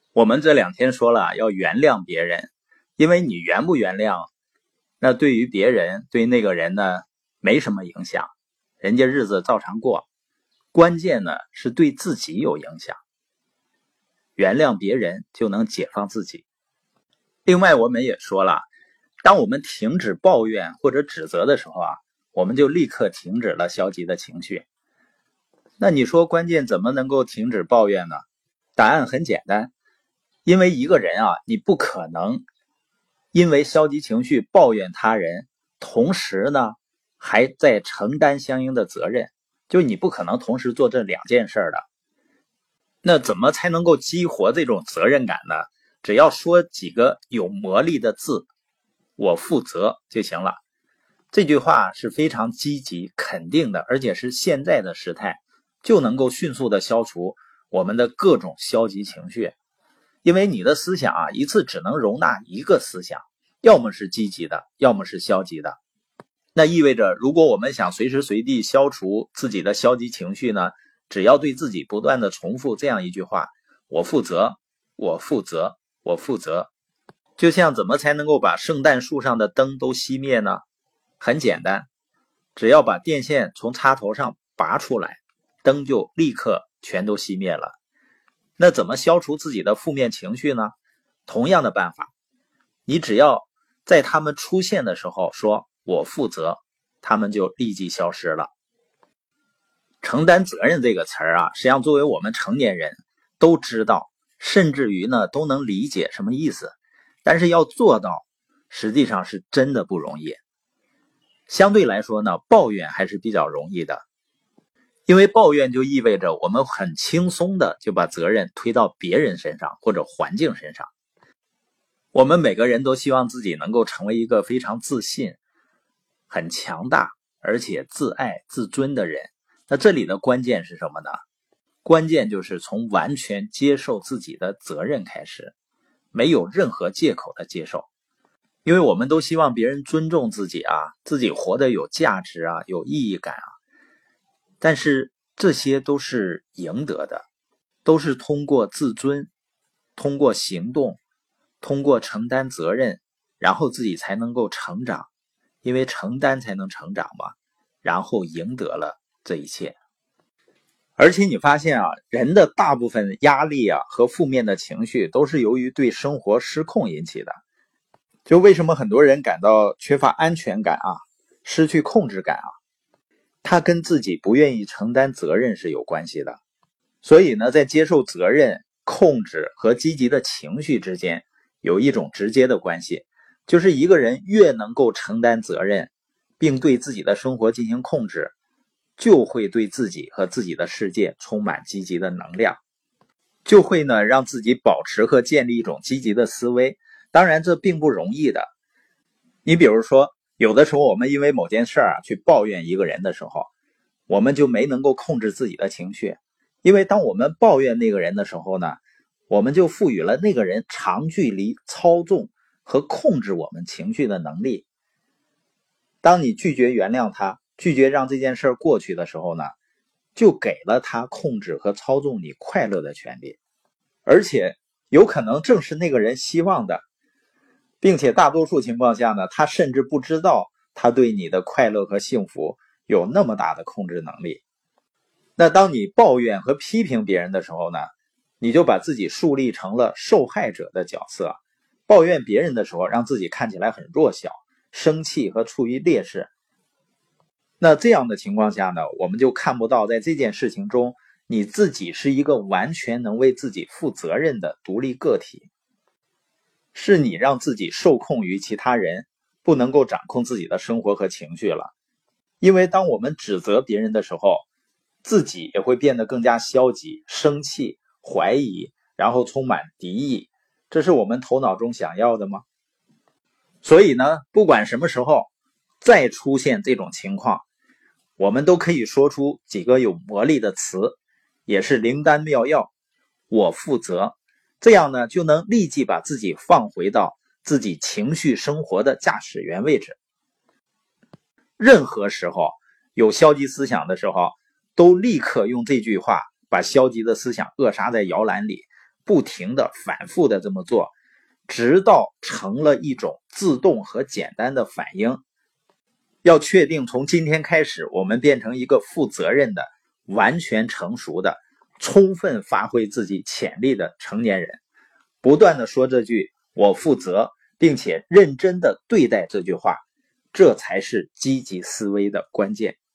我们这2天说了要原谅别人，因为你原不原谅，那对于别人对那个人呢没什么影响，人家日子照常过。关键呢是对自己有影响，原谅别人就能解放自己。另外我们也说了，当我们停止抱怨或者指责的时候我们就立刻停止了消极的情绪。那你说关键怎么能够停止抱怨呢？答案很简单，因为一个人你不可能因为消极情绪抱怨他人，同时呢还在承担相应的责任，就你不可能同时做这2件事的。那怎么才能够激活这种责任感呢？只要说几个有魔力的字，我负责就行了。这句话是非常积极肯定的，而且是现在的时态，就能够迅速的消除我们的各种消极情绪。因为你的思想一次只能容纳一个思想，要么是积极的，要么是消极的。那意味着如果我们想随时随地消除自己的消极情绪呢，只要对自己不断的重复这样一句话，我负责，我负责，我负责。就像怎么才能够把圣诞树上的灯都熄灭呢？很简单，只要把电线从插头上拔出来，灯就立刻全都熄灭了。那怎么消除自己的负面情绪呢？同样的办法，你只要在他们出现的时候说我负责，他们就立即消失了。承担责任这个词儿实际上作为我们成年人都知道，甚至于呢都能理解什么意思，但是要做到实际上是真的不容易。相对来说呢，抱怨还是比较容易的，因为抱怨就意味着我们很轻松的就把责任推到别人身上或者环境身上。我们每个人都希望自己能够成为一个非常自信、很强大而且自爱自尊的人。那这里的关键是什么呢？关键就是从完全接受自己的责任开始，没有任何借口的接受。因为我们都希望别人尊重自己自己活得有价值有意义感但是这些都是赢得的，都是通过自尊，通过行动，通过承担责任，然后自己才能够成长，因为承担才能成长嘛，然后赢得了这一切。而且你发现人的大部分压力和负面的情绪都是由于对生活失控引起的。就为什么很多人感到缺乏安全感失去控制感它跟自己不愿意承担责任是有关系的。所以呢，在接受责任、控制和积极的情绪之间有一种直接的关系，就是一个人越能够承担责任，并对自己的生活进行控制，就会对自己和自己的世界充满积极的能量，就会呢让自己保持和建立一种积极的思维。当然这并不容易的。你比如说，有的时候我们因为某件事去抱怨一个人的时候，我们就没能够控制自己的情绪。因为当我们抱怨那个人的时候呢，我们就赋予了那个人长距离操纵和控制我们情绪的能力。当你拒绝原谅他，拒绝让这件事过去的时候呢，就给了他控制和操纵你快乐的权利。而且有可能正是那个人希望的，并且大多数情况下呢，他甚至不知道他对你的快乐和幸福有那么大的控制能力。那当你抱怨和批评别人的时候呢，你就把自己树立成了受害者的角色。抱怨别人的时候，让自己看起来很弱小、生气和处于劣势。那这样的情况下呢，我们就看不到在这件事情中，你自己是一个完全能为自己负责任的独立个体。是你让自己受控于其他人，不能够掌控自己的生活和情绪了。因为当我们指责别人的时候，自己也会变得更加消极、生气、怀疑，然后充满敌意。这是我们头脑中想要的吗？所以呢，不管什么时候再出现这种情况，我们都可以说出几个有魔力的词，也是灵丹妙药。我负责，这样呢，就能立即把自己放回到自己情绪生活的驾驶员位置。任何时候有消极思想的时候，都立刻用这句话把消极的思想扼杀在摇篮里， 不停的反复的这么做，直到成了一种自动和简单的反应。要确定从今天开始我们变成一个负责任的、完全成熟的、充分发挥自己潜力的成年人，不断的说这句我负责，并且认真的对待这句话，这才是积极思维的关键。